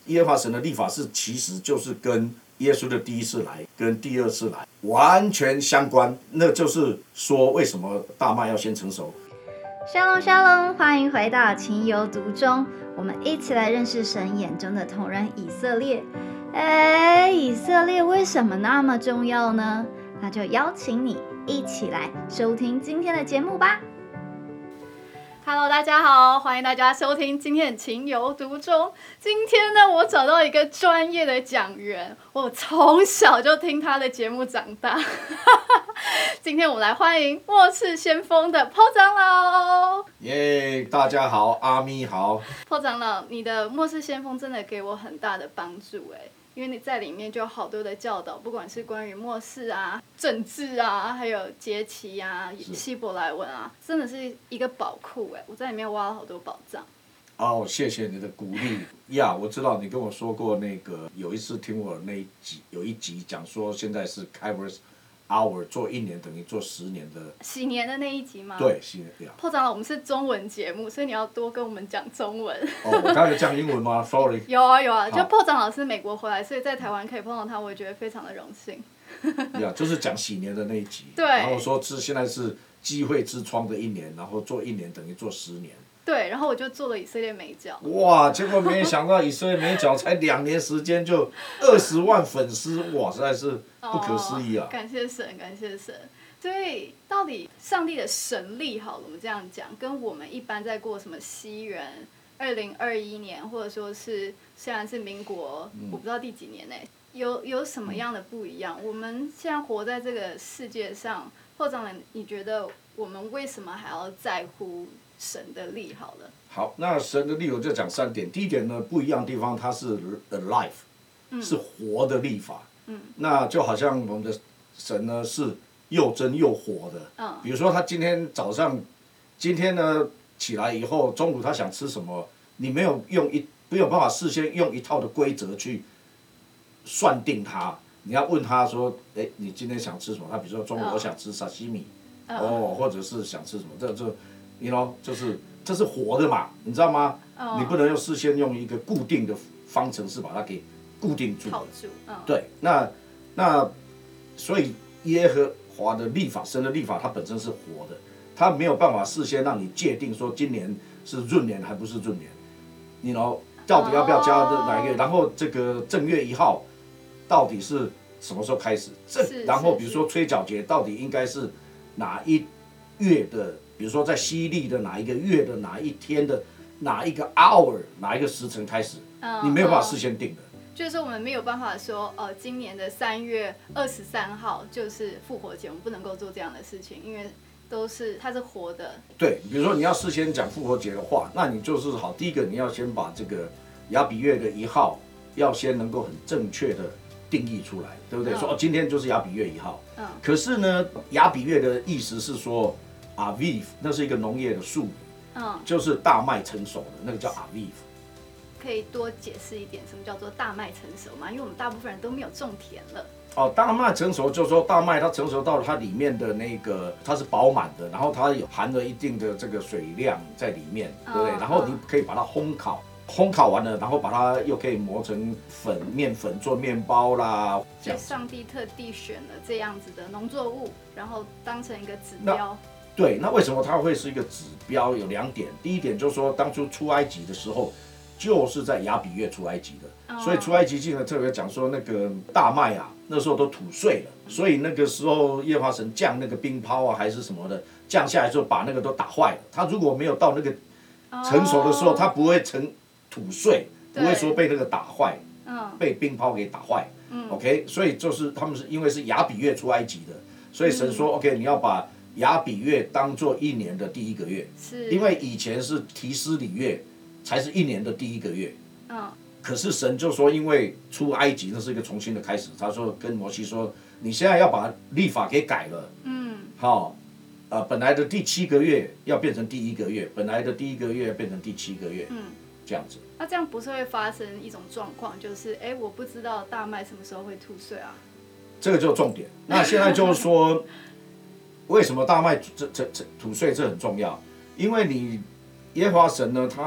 耶和华神的立法其实就是跟耶稣的第一次来跟第二次来完全相关，那就是说为什么大麦要先成熟。 Shalom，欢迎回到情有独钟，我们一起来认识神眼中的同人以色列。以色列为什么那么重要呢？那就邀请你一起来收听今天的节目吧。 Hello， 大家好，欢迎大家收听今天的情有独钟。今天呢，我找到一个专业的讲员，我从小就听他的节目长大。今天我们来欢迎末世先锋的坡长老。 耶，大家好，阿咪好。 坡长老，你的末世先锋真的给我很大的帮助因为你在里面就有好多的教导，不管是关于末世啊、政治啊，还有节期啊、希伯来文啊，真的是一个宝库我在里面挖了好多宝藏。 谢谢你的鼓励呀！我知道你跟我说过那个，有一次听我有一集讲说，现在是 Kairos Hour 做1年等于做10年的喜年的那一集吗？ 对，喜年呀。 坡长老，我们是中文节目，所以你要多跟我们讲中文。 我刚才有讲英文吗 ？Sorry。 有啊，就坡长老是美国回来，所以在台湾可以碰到他，我也觉得非常的荣幸。 就是讲喜年的那一集。 对。 然后说现在是机会之窗的1年，然后做1年等于做10年。 对，然后我就做了以色列美角。 哇！结果没想到以色列美角才2年时间就20万粉丝，哇，实在是不可思议啊！ 感谢神，感谢神。所以到底上帝的神力好了，我们这样讲，跟我们一般在过什么西元2021年，或者说是虽然是民国，我不知道第几年有什么样的不一样？我们现在活在这个世界上，或者你觉得我们为什么还要在乎神的力好了？ 好，那神的力我就讲3点。第一点呢，不一样的地方，它是 life，是活的立法。那就好像我们的神呢是又真又活的。比如说他今天早上，今天呢起来以后，中午他想吃什么，你没有办法事先用一套的规则去算定他。你要问他说，你今天想吃什么？他比如说中午我想吃沙西米，或者是想吃什么，就是这是活的嘛，你知道吗？你不能事先用一个固定的方程式把它给固定住。 套住。 对，那所以耶和华的立法，神的立法，它本身是活的，它没有办法事先让你界定说今年是闰年还不是闰年，到底要不要加哪一个？然后这个正月1号到底是什么时候开始？然后比如说吹角节到底应该是哪一月的？比如说在西历的哪一个月的哪一天的哪一个 hour 哪一个时辰开始，你没有办法事先定的。 就是说我们没有办法说，今年的3月23号就是复活节，我们不能够做这样的事情，因为它是活的。对， 比如说你要事先讲复活节的话，那你就是好，第一个你要先把这个亚比月的1号要先能够很正确的定义出来，对不对？说今天就是亚比月1号。可是呢，亚比月的意思是说。Aviv 那是一个农业的术语，就是大麦成熟的那个叫 Aviv。 可以多解释一点什么叫做大麦成熟吗？因为我们大部分人都没有种田了。 大麦成熟就是说大麦它成熟到它里面的那个它是饱满的，然后它有含了一定的这个水量在里面，对不对？然后你可以把它烘烤完了，然后把它又可以磨成面粉做面包啦。 所以上帝特地选了这样子的农作物，然后当成一个指标。 对，那为什么它会是一个指标？有2点。第一点就是说，当初出埃及的时候，就是在亚比月出埃及的，所以出埃及记呢特别讲说，那个大麦啊，那时候都吐穗了，所以那个时候耶和华神降那个冰雹啊，还是什么的，降下来之后把那个都打坏了。它如果没有到那个成熟的时候，它不会成吐穗，不会说被那个打坏，被冰雹给打坏。OK， 所以就是他们是因为是亚比月出埃及的，所以神说 OK， 你要把亚比月当做1年的第1个月，因为以前是提斯里月才是1年的第1个月。可是神就说，因为出埃及那是一个重新的开始，他说跟摩西说，你现在要把立法给改了。本来的第7个月要变成第1个月，本来的第1个月要变成第7个月。这样子。 那这样不是会发生一种状况，就是我不知道大麦什么时候会吐穗啊？ 这个就是重点。那现在就是说。为什么大麦吐穗这很重要？因为你耶和华神呢，他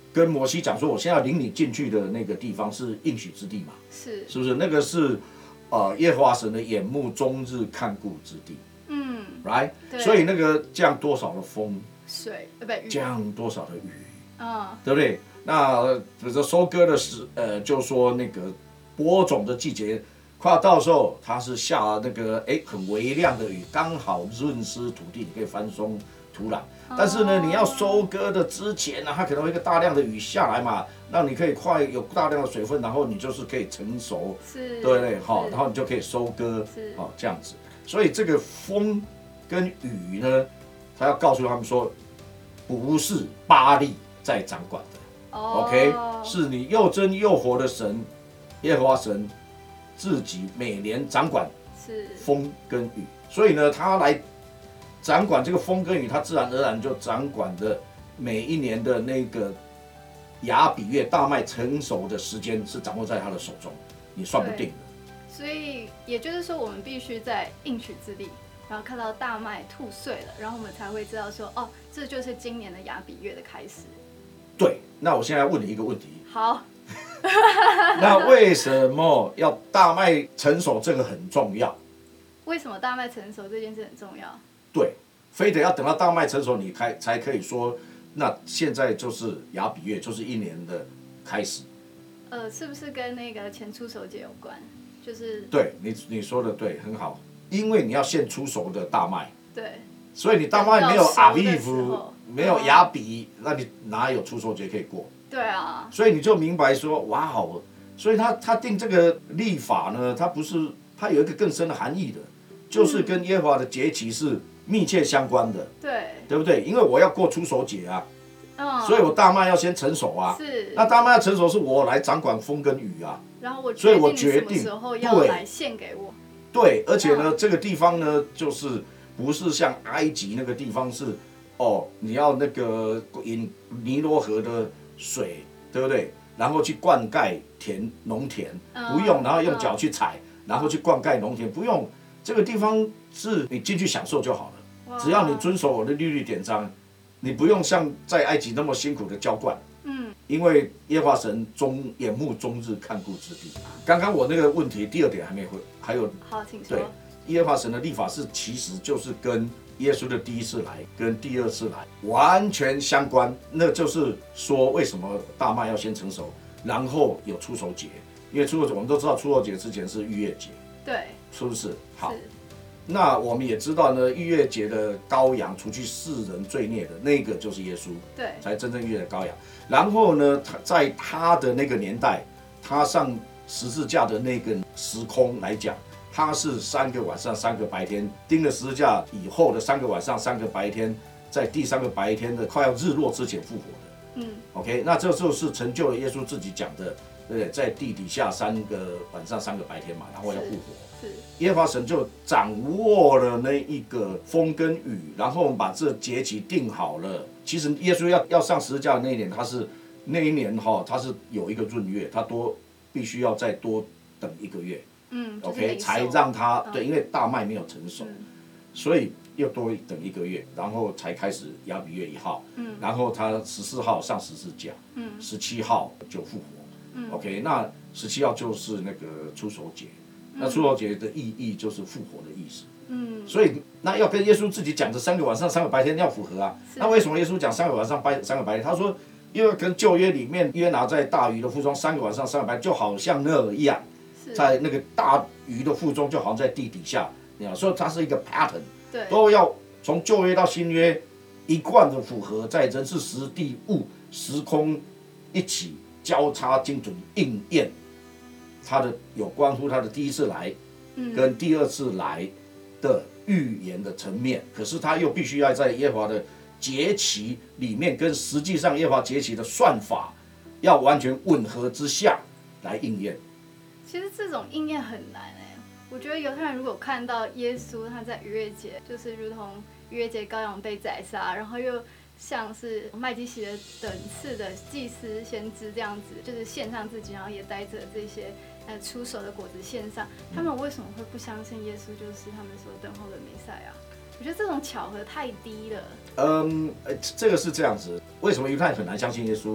跟摩西讲说，我现在领你进去的那个地方是应许之地嘛，是不是？那个是耶和华神的眼目终日看顾之地。right， 所以那个降多少的风， 水， 降多少的雨，对不对？那比如说收割的就说那个播种的季节快要到的时候，它是下那个很微量的雨，刚好润湿土地，你可以翻松土壤。但是呢，你要收割的之前呢，它可能会一个大量的雨下来嘛，让你可以快有大量的水分，然后你就是可以成熟，对不对？然后你就可以收割，这样子。所以这个风跟雨呢，他要告诉他们说，不是巴力在掌管的，OK， 是你又真又活的神，耶和华神自己每年掌管风跟雨，所以呢，他来掌管这个风跟雨，他自然而然就掌管的每一年的那个亚比月大麦成熟的时间是掌握在他的手中，你算不定的。 所以也就是说，我们必须在应许之地，然后看到大麦吐穗了，然后我们才会知道说，哦，这就是今年的亚比月的开始。 对，那我现在问你一个问题。 好。 那为什么要大麦成熟？这个很重要。 为什么大麦成熟这件事很重要？ 对，非得要等到大麦成熟，你才可以说，那现在就是亚比月，就是一年的开始。 是不是跟那个前出手节有关？就是对你说的对，很好，因为你要现出熟的大麦， 对， 所以你大麦没有阿比夫，没有亚比，那你哪有出手节可以过？ 对啊， 所以你就明白说，哇哦，所以他定这个历法呢，它有一个更深的含义的，就是跟耶和华的节期是密切相关的，对不对？因为我要过出手节啊。所以我大麦要先成熟啊，那大麦要成熟是我来掌管风跟雨啊， 然后所以我决定什么时候要来献给我。 对，而且呢，这个地方呢，就是不是像埃及那个地方是，你要那个引尼罗河的水，对不对？然后去灌溉农田，不用，然后用脚去踩，然后去灌溉农田，不用。这个地方是你进去享受就好了，只要你遵守我的律例典章。你不用像在埃及那么辛苦的浇灌，因为耶和华神眼目终日看顾之地。刚刚我那个问题第二点还没回，还有， 好，请说。 对，耶和华神的立法其实就是跟耶稣的第一次来跟第二次来完全相关。那就是说，为什么大麦要先成熟，然后有出手节？因为出手节我们都知道，出手节之前是逾越节， 对， 是不是？好。那我们也知道呢，逾越节的羔羊除去世人罪孽的那个就是耶稣， 对， 才真正逾越的羔羊。然后呢，在他的那个年代，他上十字架的那个时空来讲，他是3个晚上3个白天，钉了十字架以后的3个晚上3个白天，在第3个白天的快要日落之前复活的。OK， 那这就是成就了耶稣自己讲的，对不对？在地底下3个晚上3个白天嘛，然后要复活。耶和华神就掌握了那一个风跟雨，然后我们把这节期定好了。其实耶稣要上十字架的那一年，他是有一个闰月，他必须要再多等1个月，OK， 才让他对，因为大麦没有成熟，所以又多等1个月，然后才开始亚比月1号，然后他14号上十字架，17号就复活，OK， 那17号就是那个出手节。那出手节的意义就是复活的意思，所以那要跟耶稣自己讲的3个晚上3个白天要符合啊。那为什么耶稣讲3个晚上3个白天？他说，因为跟旧约里面约拿在大鱼的腹中3个晚上3个白天，就好像那样，在那个大鱼的腹中，就好像在地底下，所以它是一个 pattern， 都要从旧约到新约一贯的符合，在人事时地物时空一起交叉精准应验。他的有关乎他的第一次来，跟第二次来的预言的层面，可是他又必须要在耶和华的节期里面，跟实际上耶和华节期的算法要完全吻合之下来应验。 其实这种应验很难我觉得犹太人如果看到耶稣他在逾越节，就是如同逾越节羔羊被宰杀，然后又像是麦基洗德等次的祭司先知这样子，就是献上自己，然后也带着这些出手的果子献上，他们为什么会不相信耶稣就是他们所等候的弥赛亚？我觉得这种巧合太低了。 这个是这样子，为什么犹太人很难相信耶稣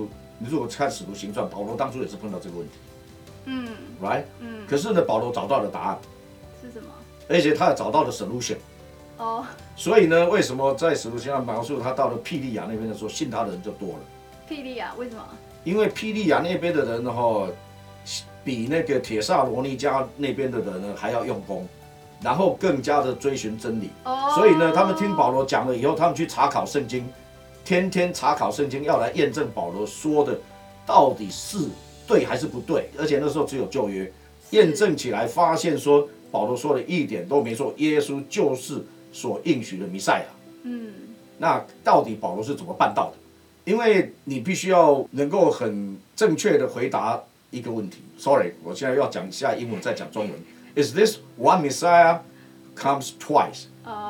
你如果看使徒行传，保罗当初也是碰到这个问题，right？ 嗯， 可是呢，保罗找到了答案， 是什么？ 而且他也找到了 solution。 哦， 所以呢，为什么在使徒行传描述他到了庇利亚那边的时候，信他的人就多了？ 庇利亚为什么？ 因为庇利亚那边的人比那个帖撒罗尼迦那边的人呢还要用功，然后更加的追寻真理。所以呢，他们听保罗讲了以后，他们去查考圣经，天天查考圣经，要来验证保罗说的到底是对还是不对。而且那时候只有旧约，验证起来发现说保罗说的一点都没错，耶稣就是所应许的弥赛亚。那到底保罗是怎么办到的？因为你必须要能够很正确的回答一个问题。Sorry， 我现在要讲一下英文，再讲中文。Is this one Messiah comes twice,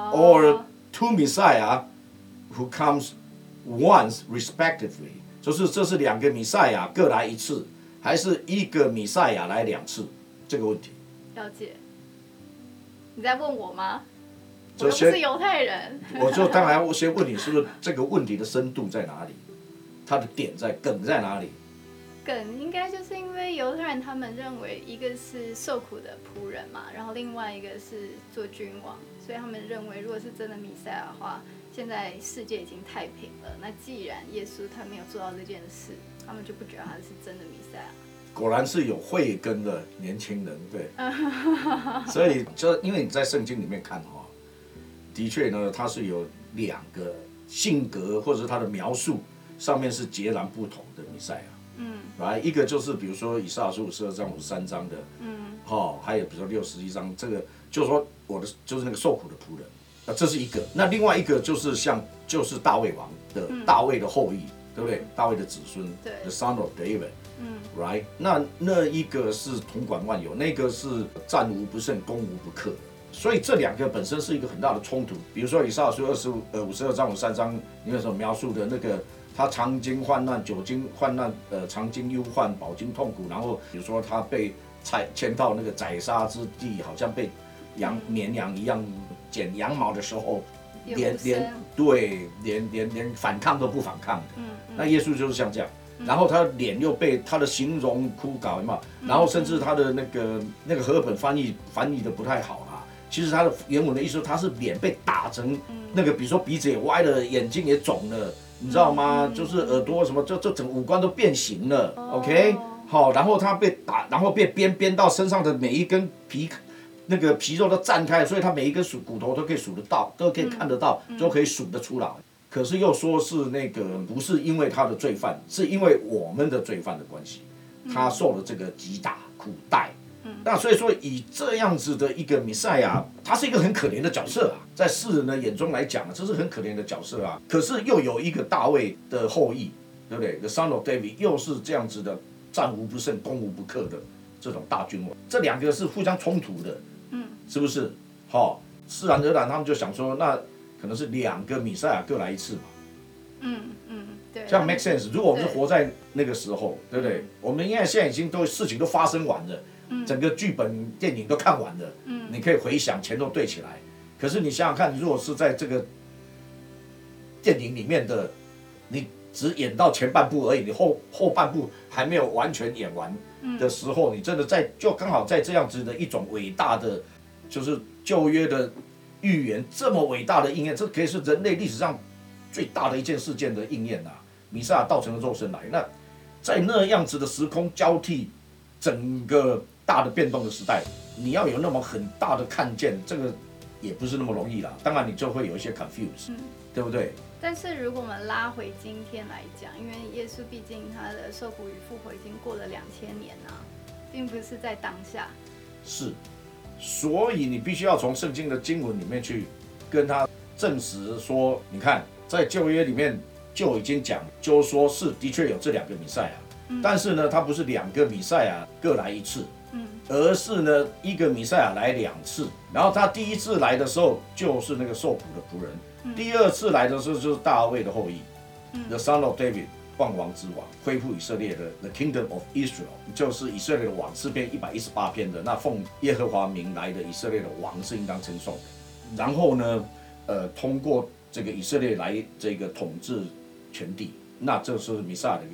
or two Messiah who comes once respectively？ 就是这是两个弥赛亚各来一次，还是一个弥赛亚来2次？这个问题。 了解。你在问我吗？我又不是犹太人。 我就当然我先问你，是不是这个问题的深度在哪里？它的梗在哪里？ 梗应该就是因为犹太人他们认为一个是受苦的仆人嘛，然后另外一个是做君王，所以他们认为如果是真的弥赛亚的话，现在世界已经太平了。那既然耶稣他没有做到这件事，他们就不觉得他是真的弥赛亚。 果然是有慧根的年轻人，对。所以就因为你在圣经里面看的确呢，他是有2个性格或者是他的描述上面是截然不同的弥赛亚。来一个就是比如说以赛亚书52章53章的，还有比如说61章，这个就是说就是那个受苦的仆人，这是一个。那另外一个就是大卫王的大卫的后裔，对不对？大卫的子孙，The Son of David，right？那一个是统管万有，那个是战无不胜，攻无不克。所以这2个本身是一个很大的冲突。比如说以赛亚书52章53章，你有什么描述的那个？他常经患难，久经患难，常经忧患，饱经痛苦。然后比如说他被牵到那个宰杀之地，好像被绵羊一样剪羊毛的时候，连反抗都不反抗的。那耶稣就是像这样。然后他的脸又被他的形容枯槁嘛，然后甚至他的那个和合本翻译的不太好啦。其实他的原文的意思，他是脸被打成那个，比如说鼻子也歪了，眼睛也肿了。你知道吗？就是耳朵什么，就整五官都变形了。OK， 好，然后他被打，然后被鞭到身上的每一根皮，那个皮肉都绽开，所以他每一根骨头都可以数得到，都可以看得到，都可以数得出来。可是又说是那个不是因为他的罪犯，是因为我们的罪犯的关系，他受了这个击打苦待。那所以说，以这样子的一个弥赛亚，他是一个很可怜的角色啊，在世人的眼中来讲，这是很可怜的角色啊。可是又有一个大卫的后裔，对不对 ？The Son of David 又是这样子的战无不胜、攻无不克的这种大君王，这2个是互相冲突的，是不是？自然而然他们就想说，那可能是2个弥赛亚各来一次嘛。 对。 这样 make sense。如果我们是活在那个时候，对不对？我们现在已经事情都发生完了。整个剧本电影都看完了，你可以回想前后对起来。可是你想想看，如果是在这个电影里面的，你只演到前半部而已，你后半部还没有完全演完的时候，你真的就刚好在这样子的一种伟大的，就是旧约的预言这么伟大的应验，这可以是人类历史上最大的一件事件的应验啊！弥赛亚道成了肉身来，那在那样子的时空交替，整个大的变动的时代，你要有那么很大的看见，这个也不是那么容易啦。当然你就会有一些 confuse，对不对？ 但是如果我们拉回今天来讲，因为耶稣毕竟他的受苦与复活已经过了2000年啊，并不是在当下。 是，所以你必须要从圣经的经文里面去跟他证实说，你看在旧约里面就已经讲，就是说是的确有这2个弥赛亚，但是呢，他不是2个弥赛亚各来一次。而是呢，一个弥赛亚来2次，然后他第1次来的时候就是那个受苦的仆人，第2次来的时候就是大卫的后裔，The Son of David， 万王之王，恢复以色列的 The Kingdom of Israel， 就是以色列的王，诗篇118篇的那奉耶和华名来的以色列的王是应当称颂的。然后呢，通过这个以色列来这个统治全地，那这是弥赛亚的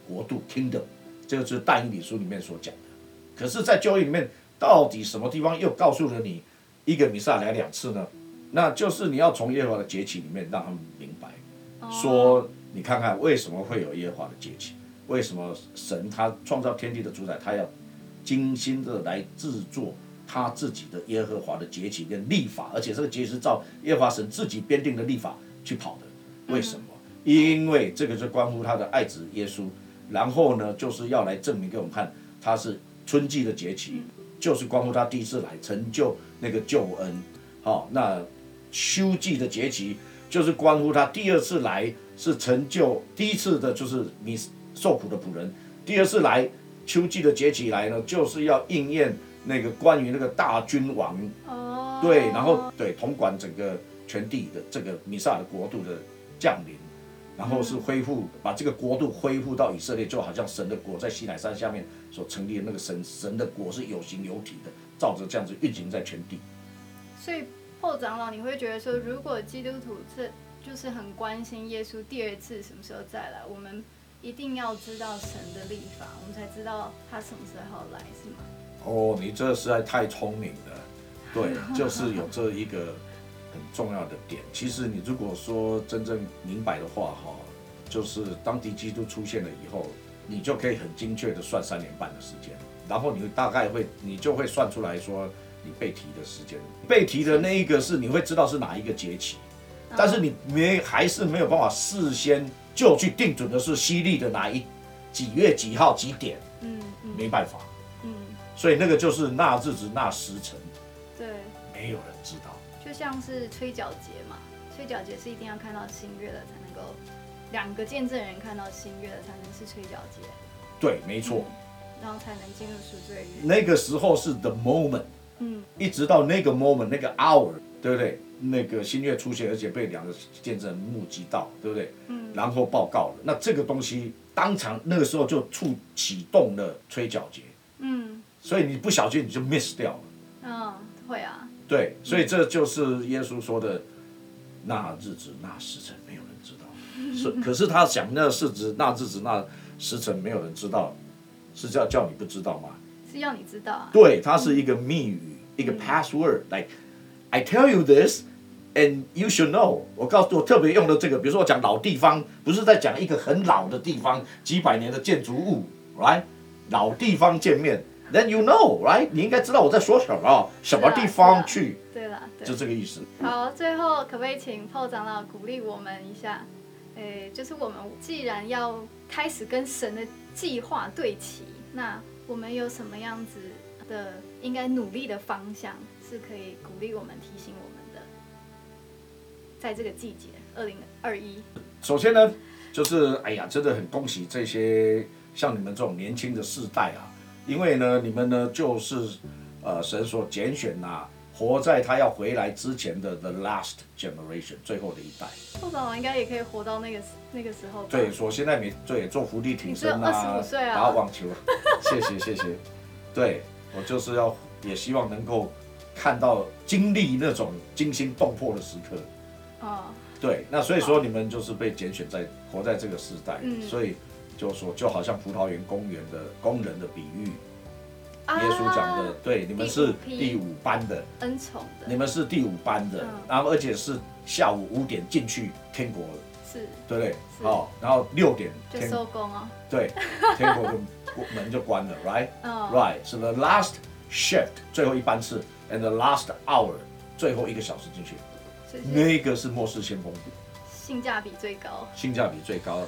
国度 kingdom， 这个就是但以理书里面所讲的。可是，在旧约里面，到底什么地方又告诉了你一个弥赛亚来2次呢？那就是你要从耶和华的节期里面让他们明白，说你看看为什么会有耶和华的节期，为什么神他创造天地的主宰，他要精心的来制作他自己的耶和华的节期跟律法，而且这个节期是照耶和华神自己编定的律法去跑的。为什么？因为这个是关乎他的爱子耶稣，然后呢，就是要来证明给我们看，他是春季的节期，就是关乎他第一次来成就那个救恩。好，那秋季的节期就是关乎他第2次来是成就第一次的，就是你受苦的仆人；第2次来秋季的节期来呢，就是要应验那个关于那个大君王，对，然后对统管整个全地的这个弥撒的国度的降临，然后是恢复，把这个国度恢复到以色列，就好像神的国在西乃山下面所成立的那个神的国是有形有体的，照着这样子运行在全地。 所以后长老，你会觉得说，如果基督徒这就是很关心耶稣第2次什么时候再来，我们一定要知道神的律法，我们才知道他什么时候来，是吗？ 哦，你这实在太聪明了，对，就是有这一个很重要的点。其实你如果说真正明白的话，就是当敌基督出现了以后，你就可以很精确的算3年半的时间，然后你就会算出来说你被提的时间，被提的那一个是你会知道是哪一个节期，但是你还是没有办法事先就去定准的是西历的几月几号几点，没办法，所以那个就是那日子那时辰，对，没有人知道。 就像是吹角节嘛，吹角节是一定要看到新月了才能够，2个见证人看到新月了才能是吹角节， 对，没错， 然后才能进入赎罪日。 那个时候是 the moment，一直到那个 moment 那个 hour， 对不对？那个新月出现，而且被2个见证人目击到，对不对？然后报告了，那这个东西当场那个时候就启动了吹角节，所以你不小心你就 miss 掉了。 会啊。对， 所以这就是耶稣说的，那日子那时辰没有人知道。可是他讲那日子那时辰没有人知道，是叫你不知道吗？ 是要你知道啊。 对，它是一个密语，一个 password，like I tell you this and you should know。我特别用的这个，比如说我讲老地方，不是在讲一个很老的地方，几百年的建筑物 ，right？ 老地方见面。Then you know, right？ 你应该知道我在说什么，什么地方去。 对了， 就这个意思。 好，最后可不可以请寇长老鼓励我们一下？就是我们既然要开始跟神的计划对齐，那我们有什么样子的应该努力的方向，是可以鼓励我们、提醒我们的？在这个季节，2021。首先呢，就是真的很恭喜这些像你们这种年轻的世代啊。因为呢，你们呢就是神所拣选活在他要回来之前的 the last generation 最后的一代。 寇长老应该也可以活到那个时候吧？ 对，我现在做伏地挺身 25岁啊， 打网球，谢谢。对，我就是也希望能够看到经历那种惊心动魄的时刻。对，那所以说你们就是被拣选活在这个时代，所以。就好像葡萄园公园的工人的比喻，耶稣讲的，对，你们是第5班的恩宠的， 你们是第5班的，然后而且是下午5点进去天国了， 是， 对不对？好，然后6点就收工哦， 对，天国门就关了 ，right？Right， 是 the last shift 最后一班次 ，and the last hour 最后1个小时进去，那个是末世先锋， 性价比最高。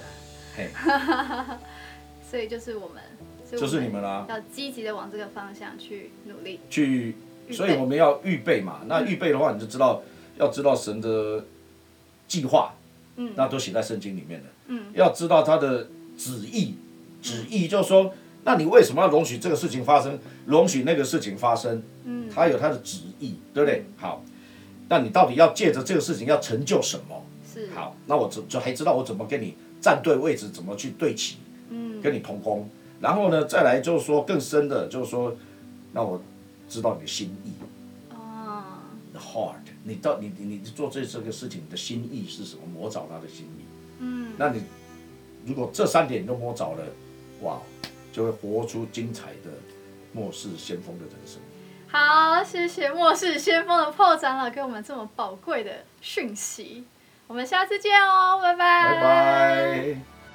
所以就是我们， 就是你们啦， 要积极的往这个方向去努力， 所以我们要预备嘛。那预备的话，你就要知道神的计划，那都写在圣经里面的。要知道他的旨意就是说，那你为什么要容许这个事情发生，容许那个事情发生？他有他的旨意，对不对？好，那你到底要借着这个事情要成就什么？ 是好，那我就还知道我怎么跟你站对位置，怎么去对齐，跟你同工。然后呢，再来就是说更深的，就是说，那我知道你的心意。The heart， 你做这个事情，你的心意是什么？摸着他的心意。那你如果这3点你都摸着了， 哇，就会活出精彩的末世先锋的人生。 好，谢谢末世先锋的破长老给我们这么宝贵的讯息，我们下次见哦，拜拜。 拜拜。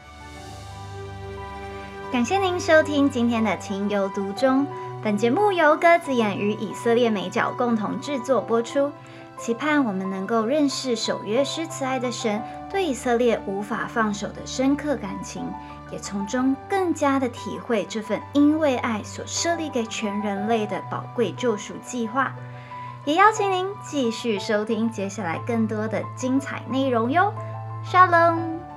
感谢您收听今天的情有独钟，本节目由鸽子眼与以色列美角共同制作播出，期盼我们能够认识守约施慈爱的神对以色列无法放手的深刻感情，也从中更加的体会这份因为爱所设立给全人类的宝贵救赎计划。也邀请您继续收听接下来更多的精彩内容哟。Shalom。